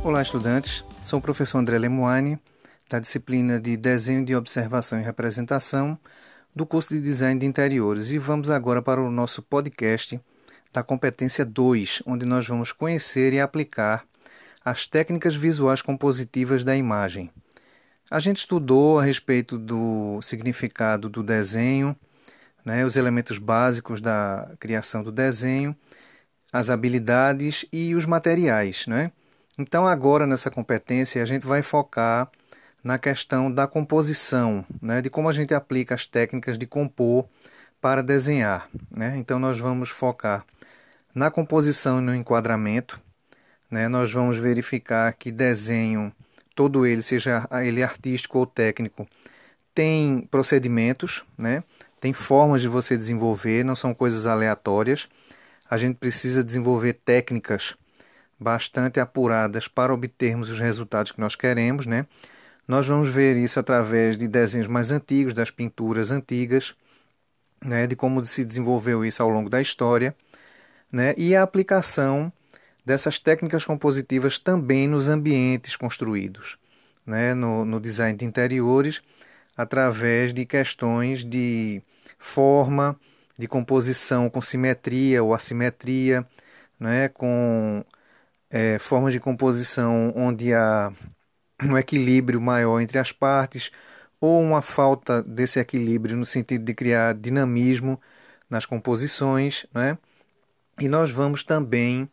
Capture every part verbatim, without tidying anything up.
Olá, estudantes. Sou o professor André Lemoine, da disciplina de Desenho de Observação e Representação do curso de Design de Interiores, e vamos agora para o nosso podcast da competência dois, onde nós vamos conhecer e aplicar as técnicas visuais compositivas da imagem. A gente estudou a respeito do significado do desenho, né, os elementos básicos da criação do desenho, as habilidades e os materiais, né? Então, agora nessa competência, a gente vai focar na questão da composição, né? De como a gente aplica as técnicas de compor para desenhar, né? Então, nós vamos focar na composição e no enquadramento, né? Nós vamos verificar que desenho, todo ele, seja ele artístico ou técnico, tem procedimentos, né? Tem formas de você desenvolver, não são coisas aleatórias. A gente precisa desenvolver técnicas bastante apuradas para obtermos os resultados que nós queremos, né? Nós vamos ver isso através de desenhos mais antigos, das pinturas antigas, né? De como se desenvolveu isso ao longo da história, né? E a aplicação dessas técnicas compositivas também nos ambientes construídos, né? No, no design de interiores, através de questões de forma, de composição com simetria ou assimetria, né? Com É, formas de composição onde há um equilíbrio maior entre as partes ou uma falta desse equilíbrio no sentido de criar dinamismo nas composições, né? E nós vamos também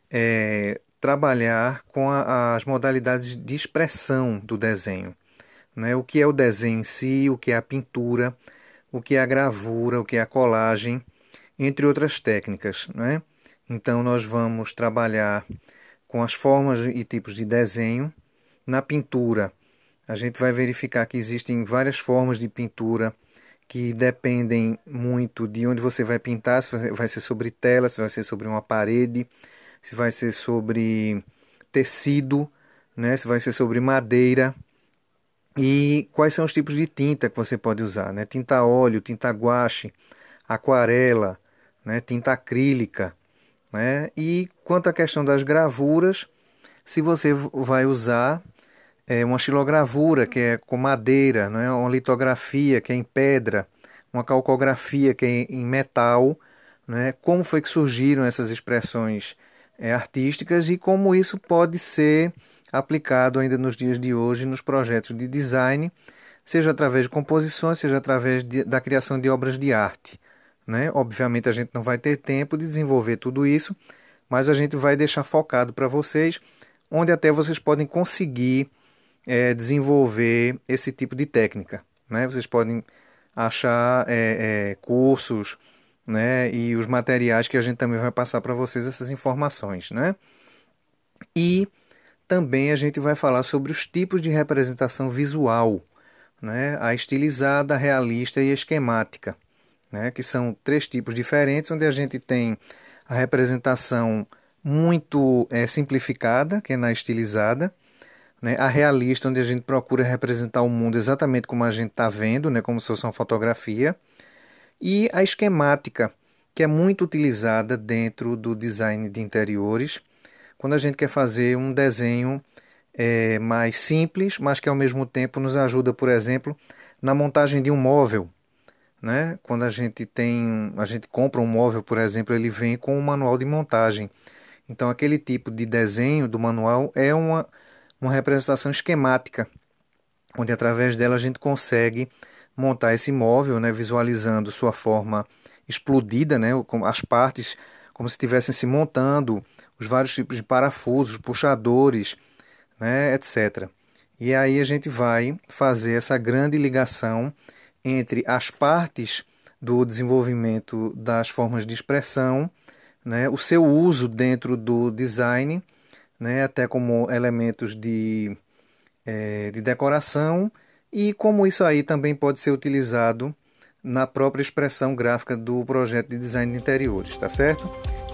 é, trabalhar com a, as modalidades de expressão do desenho, né? O que é o desenho em si, o que é a pintura, o que é a gravura, o que é a colagem, entre outras técnicas, né? Então nós vamos trabalhar com as formas e tipos de desenho. Na pintura, a gente vai verificar que existem várias formas de pintura que dependem muito de onde você vai pintar, se vai ser sobre tela, se vai ser sobre uma parede, se vai ser sobre tecido, né? Se vai ser sobre madeira. E quais são os tipos de tinta que você pode usar, né? Tinta a óleo, tinta guache, aquarela, né? Tinta acrílica, né? E quanto à questão das gravuras, se você vai usar é, uma xilogravura, que é com madeira, né? Uma litografia, que é em pedra, uma calcografia, que é em metal, né? Como foi que surgiram essas expressões é, artísticas e como isso pode ser aplicado ainda nos dias de hoje nos projetos de design, seja através de composições, seja através de, da criação de obras de arte, né? Obviamente a gente não vai ter tempo de desenvolver tudo isso, mas a gente vai deixar focado para vocês, onde até vocês podem conseguir é, desenvolver esse tipo de técnica, né? Vocês podem achar é, é, cursos, né? E os materiais que a gente também vai passar para vocês essas informações, né? E também a gente vai falar sobre os tipos de representação visual, né? A estilizada, a realista e a esquemática, né, que são três tipos diferentes, onde a gente tem a representação muito é, simplificada, que é na estilizada, né, a realista, onde a gente procura representar o mundo exatamente como a gente está vendo, né, como se fosse uma fotografia, e a esquemática, que é muito utilizada dentro do design de interiores, quando a gente quer fazer um desenho é, mais simples, mas que ao mesmo tempo nos ajuda, por exemplo, na montagem de um móvel. Né? Quando a gente tem, a gente compra um móvel, por exemplo, ele vem com um manual de montagem. Então, aquele tipo de desenho do manual é uma, uma representação esquemática, onde através dela a gente consegue montar esse móvel, né? Visualizando sua forma explodida, né? As partes como se estivessem se montando, os vários tipos de parafusos, puxadores, né? Etcétera. E aí a gente vai fazer essa grande ligação entre as partes do desenvolvimento das formas de expressão, né, o seu uso dentro do design, né, até como elementos de, é, de decoração, e como isso aí também pode ser utilizado na própria expressão gráfica do projeto de design de interiores, tá certo?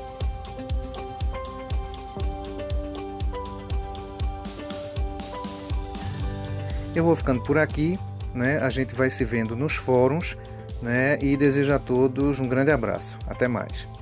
Eu vou ficando por aqui. Né? A gente vai se vendo nos fóruns, né? E desejo a todos um grande abraço. Até mais.